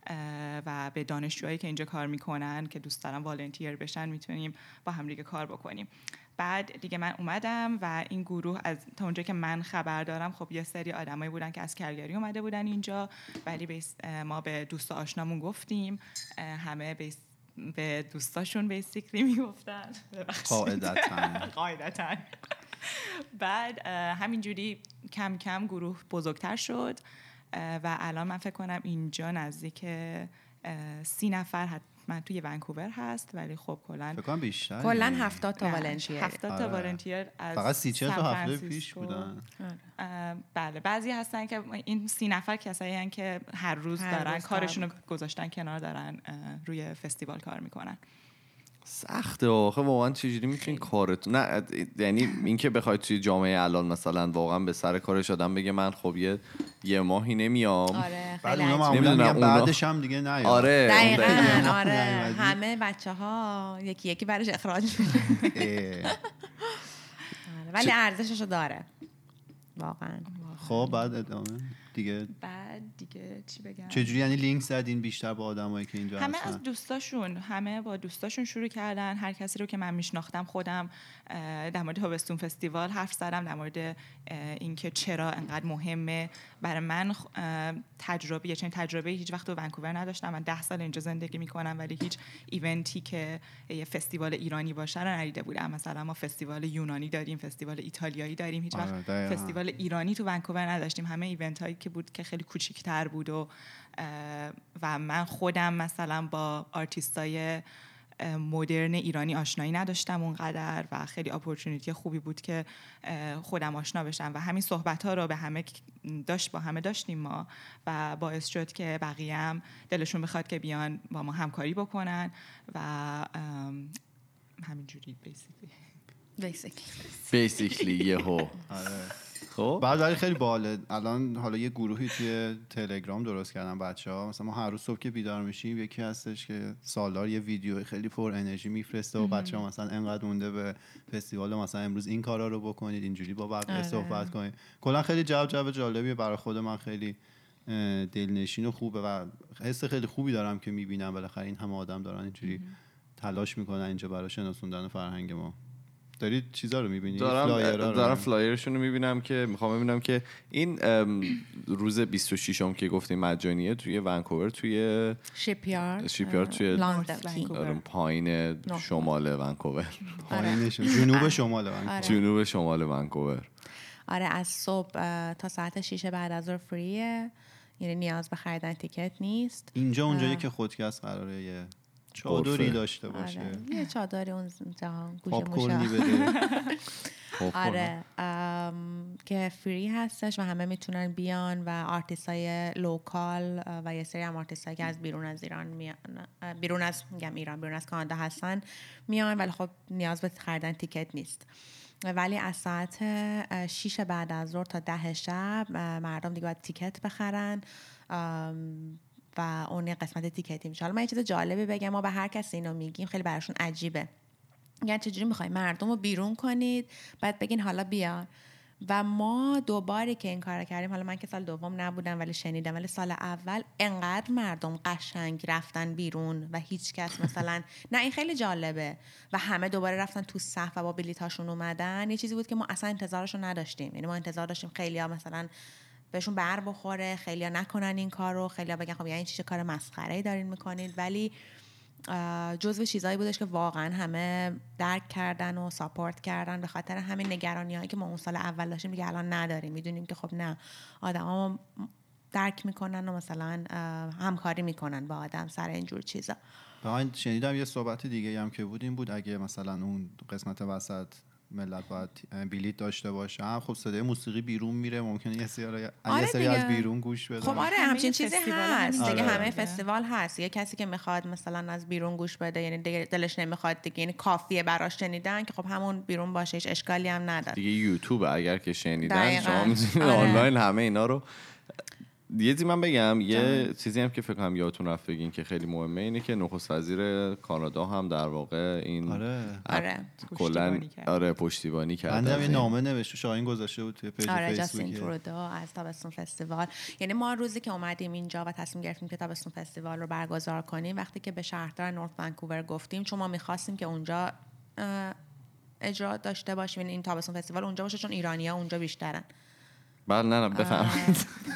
و به دانشجوهایی که اینجا کار میکنن که دوست دارن والنتیر بشن میتونیم با هم دیگه کار بکنیم. بعد دیگه من اومدم و این گروه از تا اونجا که من خبر دارم خب یه سری آدمایی بودن که از کلگری اومده بودن اینجا، ولی ما به دوست و آشنامون گفتیم، همه به به دوستاشون بیسیکلی میگفتن قاعدتاً قاعدتاً بعد همینجوری کم کم گروه بزرگتر شد و الان من فکر کنم اینجا نزدیک سی نفر حتما توی ونکوور هست، ولی خب کلا فکر کنم بیشتر، کلا هفتاد تا والنتیر هفتاد تا والنتیر از فقط سی چهل تا هفته پیش بودن. بله بعضی هستن که این سی نفر کسایی هستن که هر روز هر دارن روز کارشون رو گذاشتن کنار، دارن روی فستیوال کار میکنن. سخته آخه واقعا چجوری میتونین کارتون، نه یعنی اینکه بخواید توی جامعه الان مثلا واقعا به سر کارش آدم بگه من خب یه یه ماهی نمیام، آره بعد خیلی اونا عجیبه. معمولا میگن بعدش هم دیگه نیاد. آره دقیقاً آره همه بچه‌ها یکی یکی برش اخراج میشن ولی ارزششو داره واقعا. خب بعد ادامه دیگه بعد دیگه چی بگم؟ چجوری یعنی لینک زدین بیشتر با آدمایی که اینجا همه هستن؟ از دوستاشون، همه با دوستاشون شروع کردن. هر کسی رو که من میشناختم خودم در مورد تابستون فستیوال حرف زدم، در مورد اینکه چرا انقدر مهمه برای من. تجربه یه چنین تجربه هیچ وقت تو ونکوور نداشتم. من ده سال اینجا زندگی میکنم ولی هیچ ایونتی که یه فستیوال ایرانی باشه رو ندیده بودم. مثلا ما فستیوال یونانی داریم، فستیوال ایتالیایی داریم، هیچ وقت فستیوال ایرانی تو ونکوور نداشتیم. همه ایونت هایی که بود که خیلی کوچیک‌تر بود و و من خودم مثلا با آرتیستای مدرن ایرانی آشنایی نداشتم اونقدر و خیلی اپورتونیتی خوبی بود که خودم آشنا بشم و همین صحبت ها رو به همه داشت با همه داشتیم ما و باعث شد که بقیه هم دلشون بخواد که بیان با ما همکاری بکنن و همینجوری بیسیکلی بیسیکلی بیسیکلی یهو. خب بعد ولی خیلی باحاله الان حالا یه گروهی توی تلگرام درست کردن بچه‌ها، مثلا ما هر روز صبح که بیدار میشیم یکی هستش که سالار یه ویدیو خیلی پر انرژی میفرسته و بچه‌ها مثلا انقدر مونده به فستیوال مثلا امروز این کارا رو بکنید، اینجوری با بقیه صحبت کنید. کلا خیلی جو جو جالبیه برای خود من، خیلی دلنشین و خوبه و حس خیلی خوبی دارم که میبینم بالاخره این همه آدم دارن اینجوری تلاش میکنن اینجا برای شناسوندن فرهنگ ما. دارید چیزا رو می‌بینید؟ دارم فلایرها دارم فلایرشون رو می‌بینم که می‌خوام ببینم که این روز بیست و ششم که گفتیم مجانیه توی ونکوور توی شیپیارد شیپیارد توی پایین شمال ونکوور، پایینش جنوب شمال ونکوور، جنوب شمال ونکوور. آره از صبح تا ساعت شش بعد از ظهر فریه، یعنی نیاز به خریدن تیکت نیست. اینجا اونجایی که خودکست قراره یه چادری داشته باشه. آره. یه چادری اون جهان گوشه پاپ کورنی بده. آره که فری هستش و همه میتونن بیان و آرتیستای لوکال و یه سری هم آرتیستایی که از بیرون از ایران میان، بیرون از میگم ایران بیرون از کانادا هستن میان، ولی خب نیاز به خریدن تیکت نیست. ولی از ساعت شیش بعد از ظهر تا ده شب مردم دیگه باید تیکت بخرن و اون یه قسمت تیکتی میشه. حالا من یه چیز جالبی بگم، ما به هر کسی اینو میگیم خیلی براشون عجیبه، یعنی چجوری میخواین مردم رو بیرون کنید بعد بگین حالا بیا. و ما دوباری که این کار کردیم، حالا من که سال دوم نبودم ولی شنیدم، ولی سال اول انقدر مردم قشنگ رفتن بیرون و هیچ کس مثلا نه این خیلی جالبه و همه دوباره رفتن تو صف و با بلیطاشون اومدن. یه چیزی بود که ما اصلا انتظارشو نداشتیم، یعنی ما انتظار داشتیم خیلی‌ها مثلا بهشون بر بخوره، خیلی‌ها نکنن این کارو، خیلی‌ها بگن خب یعنی چه کار مسخره‌ای دارین میکنید، ولی جزو چیزایی بودش که واقعا همه درک کردن و ساپورت کردن. به خاطر همین نگرانی‌هایی که ما اون سال اول داشتیم دیگه الان نداریم، میدونیم که خب نه آدما درک میکنن و مثلا همکاری میکنن با آدم سر اینجور چیزا. من شنیدم یه صحبت دیگه هم که بود این بود اگه مثلا اون قسمت وسط ملت باید بلیط داشته باشه، خب صدای موسیقی بیرون میره، ممکنه یه سری آره یه سری از بیرون گوش بدن. خب آره همچین چیزی هست دیگه. آره. همه فستیوال هست، یه کسی که میخواد مثلا از بیرون گوش بده، یعنی دیگه دلش نمیخواد دیگه، یعنی کافیه براش شنیدن که خب همون بیرون باشه، هیچ اشکالی هم نداره دیگه. یوتیوب اگر که شنیدن دقیقا. شما میتونید آره. آنلاین همه اینا رو یه چیزی من بگم، یه چیزی هم که فکر کنم یادتون رفت بگین که خیلی مهمه اینه که نخست وزیر کانادا هم در واقع این آره آره کلا آره پشتیبانی کرد. من یه نامه نوشته شاهین گذاشته بود توی پیج آره فیسبوک. جاستین ترودو از تابستون فستیوال. یعنی ما روزی که اومدیم اینجا و تصمیم گرفتیم که تابستون فستیوال رو برگزار کنیم، وقتی که به شهردار نورت ونکوور گفتیم، چون ما می‌خواستیم که اونجا اجرا داشته باشیم، این تابستون فستیوال اونجا باشه چون ایرانی‌ها اونجا بیشترن. بله نه نه بفهمید.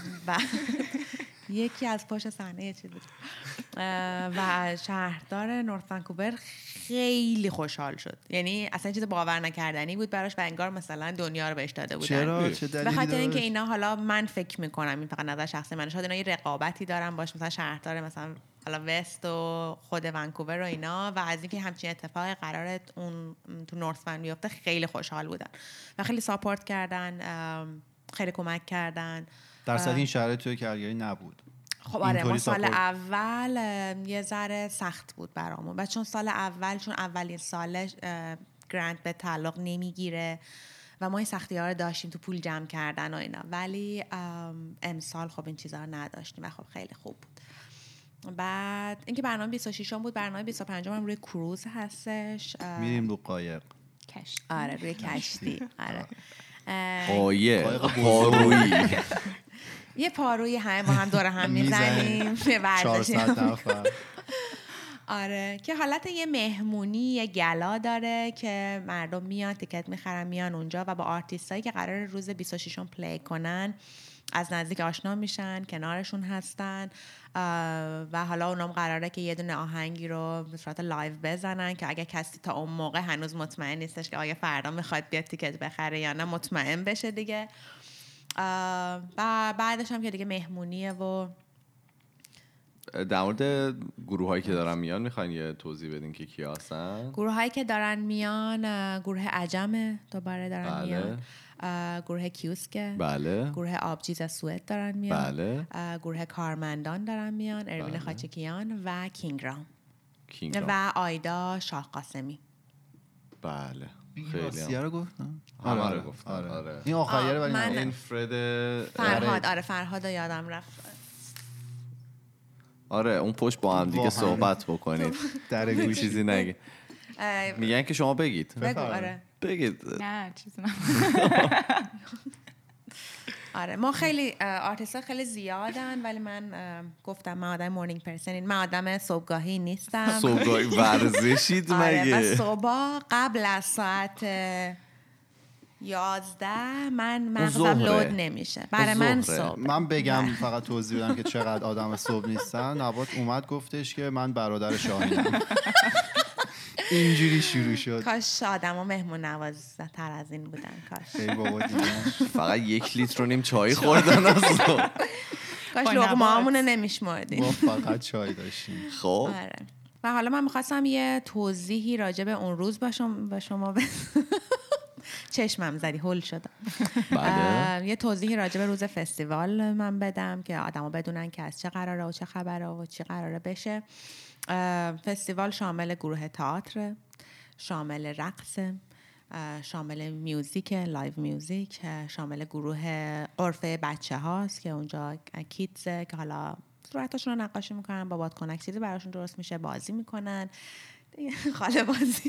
یکی از پشت صحنه یه چیز بود و شهردار نورت ونکوور خیلی خوشحال شد. یعنی اصلا چیز باور نکردنی بود براش و انگار مثلا دنیا رو بهش داده بودن. چرا؟ چه دلیلی به خاطر داشت؟ اینکه اینا، حالا من فکر میکنم این فقط نظر شخصی منه، شاید اینا یه رقابتی دارن باش مثلا شهردار مثلا حالا وست و خود ونکوور و اینا، و از اینکه همچین اتفاقی قراره اون تو نورت ون بیفته خیلی خوشحال بودن و خیلی ساپورت کردن، خیلی کمک کردن. درصد این شهر توی کلگری نبود. خب آره ما سال اول یه ذره سخت بود برامون و چون سال اول چون اولین سال گرانت به تعلق نمیگیره و ما این سختی ها رو داشتیم تو پول جمع کردن و اینا، ولی امسال خب این چیزها رو نداشتیم و خب خیلی خوب بود. بعد اینکه برنامه بیست و شش بود، برنامه بیست و پنج هم روی کروز هستش، میریم رو قایق کشتی. آره روی کشتی. آره قایق پارویی یه پاروی همه با هم دور هم میزنیم چهارصد نفر. آره که حالت یه مهمونی، یه گلا داره که مردم میان تیکت میخرن میان اونجا و با آرتیستایی که قرار روز بیست و شش پلی کنن از نزدیک آشنا میشن، کنارشون هستن و حالا اونام قراره که یه دونه آهنگی رو به صورت لایو بزنن که اگه کسی تا اون موقع هنوز مطمئن نیستش که آیا فردا میخواد بیاد تیکت بخره یا نه، مطمئن بشه دیگه. و بعدش هم که دیگه مهمونیه. و در مورد گروه هایی که دارن میان میخواین یه توضیح بدین که کیا هستن؟ گروه هایی که دارن میان گروه عجم دوباره دارن بله. میان، گروه کیوسکه، بله. گروه آبجیز از سوئد دارن میان، بله. گروه کارمندان دارن میان، اروین بله. خاچکیان و کینگرام کینگرام و آیدا شاه قاسمی. بله خیلی هم رو گفتم؟ همه رو گفتم. آره. آره. این آخریه رو من ولی این فرد فرهاد. آره فرهاد یادم رفت. آره اون پشت با هم دیگه صحبت بکنید در گوش چیزی نگه. میگن که شما بگید. بگو. آره بگید. نه چیزی نه. آره ما خیلی آرتیست‌ها خیلی زیادن، ولی من گفتم من آدم مورنینگ پرسن، من آدم صبحگاهی نیستم. صبحگاهی ورزشید مگه؟ آره و صبح قبل از ساعت یازده من مغزم لود نمیشه. برای من صبح. من بگم فقط توضیح بدم که چقدر آدم صبح نیستن. نبات اومد گفتش که من برادر شاهینم. اینجوری شروع شد. کاش آدما مهمون نوازتر از این بودن. کاش. ای بابا دیگه. فقط یک لیتر و نیم چای خوردن از صبح. کاش لقمه‌هامون نمیشمردیم. ما فقط چای داشتیم. خب. آره. و حالا من می‌خواستم یه توضیحی راجع به اون روز با شما بدم. چشمم زدی هول شدم. بله. یه توضیحی راجع به روز فستیوال من بدم که آدما بدونن که از چه قراره و چه خبره و چی قراره بشه. فستیوال شامل گروه تئاتر، شامل رقص، شامل میوزیک، لایو میوزیک، شامل گروه غرفه بچه هاست که اونجا کیدزه که حالا صورتاشون رو نقاشی میکنن، با بادکنک چیزی براشون درست میشه، بازی میکنن، خاله بازی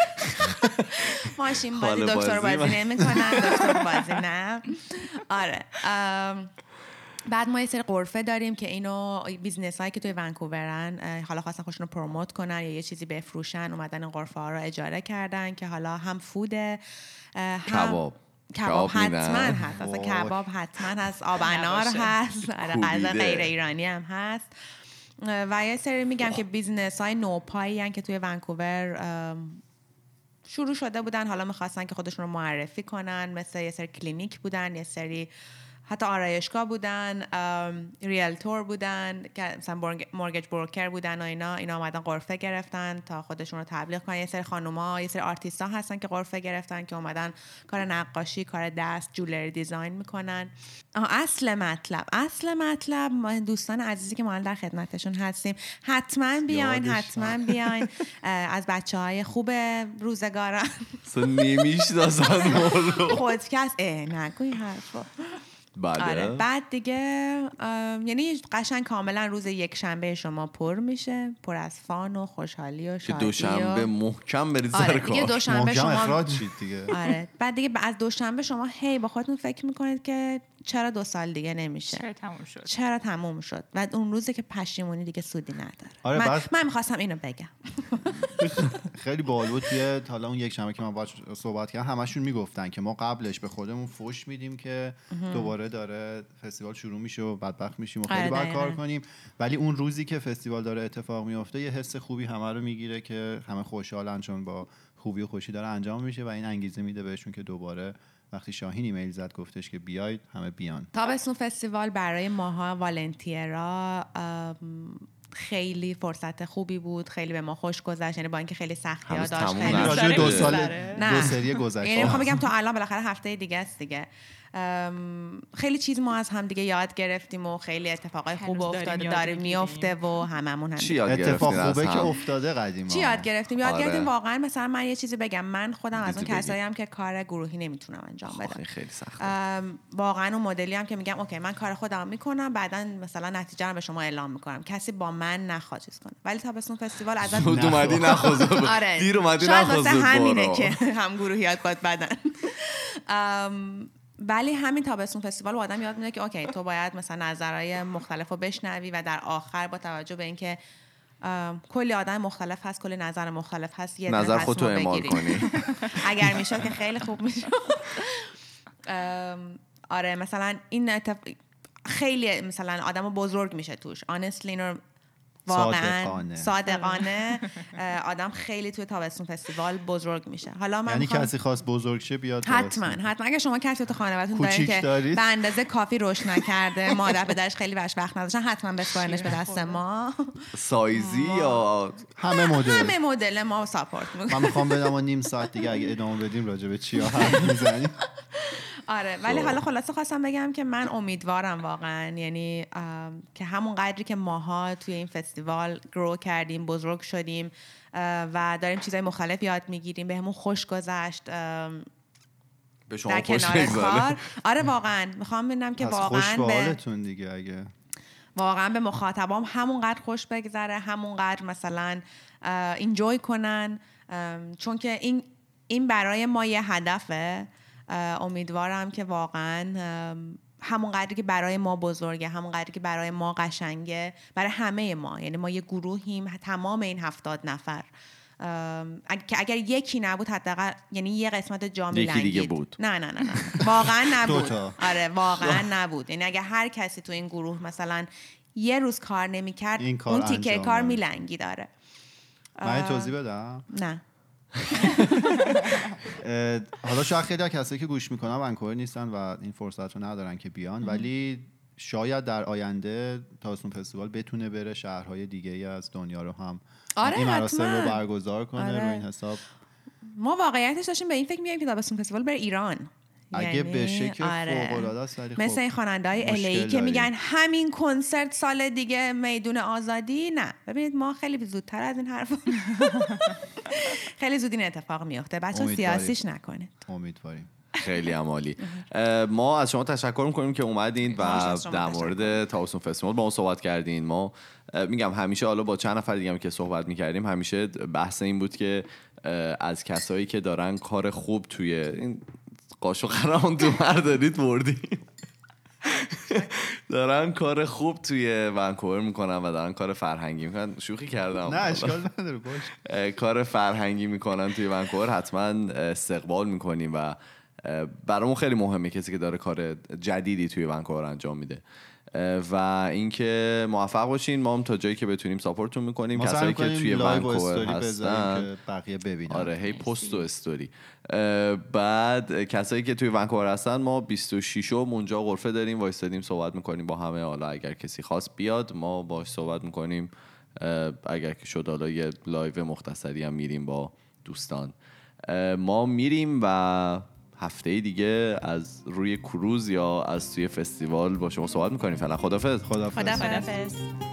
ماشین بازی، دکتر بازی نمیکنن، دکتر بازی نه. آره. بعد ما یه سری غرفه داریم که اینو بیزنس هایی که توی ونکوورن حالا خواستن خودشون رو پروموت کنن یا یه چیزی بفروشن، اومدن این غرفه ها رو اجاره کردن که حالا هم فوده، هم کباب کباب حتما هست، اصلا کباب حتما هست، آب انار هست، غذا غیر ایرانی هم هست. و یه سری میگم که بیزنس های نوپایی هن که توی ونکوور شروع شده بودن، حالا میخواستن که خودشون رو معرفی کنن، مثل یه سری کلینیک بودن، یه سری حتی آرایشگاه بودن، ریالتور بودن که مثلا مورگیج بروکر بودن و اینا اینا اومدن غرفه گرفتن تا خودشون رو تبلیغ کنن. یه سری خانوما، یه سری آرتیستا هستن که غرفه گرفتن که اومدن کار نقاشی، کار دست، جولری دیزاین میکنن. اصل مطلب اصل مطلب ما دوستان عزیزی که ما در خدمتشون هستیم، حتما بیاین حتما بیاین. از بچهای خوب روزگاران نمیشناسن مولو خودکست اه نگوی حرفا بله. آره. بعد دیگه یعنی قشنگ کاملا روز یک شنبه شما پر میشه، پر از فان و خوشحالی و شادی. که دوشنبه و... محکم برید آره. سر کار. دیگه دوشنبه شما افراد شید دیگه. آره. بعد دیگه از دوشنبه شما هی با خودتون فکر میکنید که چرا دو سال دیگه نمیشه، چرا تموم شد چرا تموم شد و اون روزی که پشیمونی دیگه سودی نداره. آره من, بعد... من میخواستم اینو بگم. خیلی باحال بود. توی حالا اون یک شنبه که من باهاش صحبت کردم همشون میگفتن که ما قبلش به خودمون فوش میدیم که دوباره داره فستیوال شروع میشه و بدبخت میشیم و خیلی باید کار کنیم، ولی اون روزی که فستیوال داره اتفاق میفته یه حس خوبی همه رو میگیره که همه خوشحالن چون با خوبی و خوشی داره انجام میشه و این انگیزه میده بهشون که دوباره وقتی شاهین ایمیل زد گفتش که بیاید همه بیان. تابستون فستیوال برای ماها والنتیرا خیلی فرصت خوبی بود، خیلی به ما خوش گذشت، یعنی با اینکه خیلی سختی‌ها داشت. خیلی راجع دو سال دو سری گذشت. یعنی میخوام بگم تا الان بالاخره هفته دیگه است دیگه. خیلی چیز ما از هم دیگه یاد گرفتیم و خیلی اتفاقای خوب افتاده داره میفته و هممون هم اتفاق خوبه که افتاده قدیما. چی یاد گرفتیم؟ یاد آره. گرفتیم واقعا. مثلا من یه چیزی بگم، من خودم از اون کسایی ام که کار گروهی نمیتونم انجام بدم. خیلی سخته. واقعا اون مدلی ام که میگم اوکی من کار خودم میکنم، بعداً مثلا نتیجه رو به شما اعلام میکنم، کسی با من نخواد چیز کنه. ولی تابستون فستیوال ازت زود اومدی نخواد. آره. دیر اومدی نخواد. همینه که هم گروهیات باد بدن. ولی همین تابستون فستیوال آدم یاد میده که اوکی تو باید مثلا نظرهای مختلف رو بشنوی و در آخر با توجه به اینکه کلی آدم مختلف هست، کلی نظر مختلف هست، یه نظر خودتو اعمال کنی. اگر میشد که خیلی خوب میشد. آره مثلا این اتف... خیلی مثلا آدمو بزرگ میشه توش. honestly اینو واقعا صادقانه, صادقانه آدم خیلی توی تابستون فستیوال بزرگ میشه. حالا من یعنی میخوام... کسی خواست بزرگ شه بیاد حتما حتما اگه شما کسی تو خانواده‌تون دارید که به اندازه کافی رشد نکرده، مادر پدرش خیلی بهش وقت نداشتن، حتما بسپارینش به دست ما. سایزی یا همه مدل همه مدل ما ساپورت میکنیم. من میخوام بدم و نیم ساعت دیگه اگه ادامه بدیم راجع به چیا حرف میزنیم. آره ولی حالا خلاصه خواستم بگم که من امیدوارم واقعا، یعنی که همون قدری که ماها توی این فستیوال گرو کردیم، بزرگ شدیم و داریم چیزای مختلف یاد میگیریم، به همون خوش گذشت به شما خوش بگذاره. آره واقعا میخوام ببینم که واقعا خوش به حالتون دیگه، اگه واقعا به مخاطبام همونقدر خوش بگذره، همونقدر مثلا اینجوی کنن، چون که این این برای ما یه هدفه. امیدوارم که واقعا همون قدری که برای ما بزرگه، همون قدری که برای ما قشنگه، برای همه ما، یعنی ما یه گروهیم تمام این هفتاد نفر، که اگر یکی نبود حداقل یعنی یه قسمت جا میلنگید. یکی دیگه بود. نه نه نه نه واقعا نبود. آره واقعا نبود. یعنی اگر هر کسی تو این گروه مثلا یه روز کار نمی‌کرد، اون تیکه کار میلنگید. داره. من توضیح بدم؟ نه. حالا شاید خیلی کسایی که گوش میکنن ونکوور نیستن و این فرصت رو ندارن که بیان، ولی شاید در آینده تابستون فستیوال بتونه بره شهرهای دیگه ای از دنیا رو هم آره این مراسم رو برگزار کنه. آره. رو این حساب ما واقعیتش داشتیم به این فکر می‌کردیم که تابستون فستیوال بره ایران. اگه یعنی بشه که آره. فوق‌العاده است. مثل این خواننده‌های الی که میگن همین کنسرت سال دیگه میدون آزادی. نه ببینید ما خیلی زودتر از این حرفا خیلی زود این اتفاق میفته. بچه‌ها سیاسیش نکنید. امیدواریم. خیلی عالی. ما از شما تشکر میکنیم که اومدین و در مورد تابستون فستیوال با ما صحبت کردین. ما میگم همیشه حالا با چند نفر دیگه هم که صحبت میکردیم همیشه بحث این بود که از کسایی که دارن کار خوب توی این قاشق قرام تو بردارید بردیم دارن کار خوب توی ونکوور میکنن و دارن کار فرهنگی میکنن. شوخی کردم. نه اشکال نداره باش. کار فرهنگی میکنن توی ونکوور حتما استقبال میکنیم و برامون خیلی مهمه کسی که داره کار جدیدی توی ونکوور انجام میده و اینکه موفق باشین. ما هم تا جایی که بتونیم ساپورتتون میکنیم. کسایی که توی ونکوور هستن که بقیه ببینن. آره هی پست و استوری. بعد کسایی که توی ونکوور هستن ما بیست و شش اونجا غرفه داریم، وایسادیم صحبت میکنیم با همه. حالا اگر کسی خواست بیاد ما باهاش صحبت میکنیم، اگر که شد حالا یه لایو مختصری هم میریم با دوستان. ما میریم و هفته دیگه از روی کروز یا از توی فستیوال با شما صحبت میکنیم. فعلا خدافظ. خدافظ. خدافظ.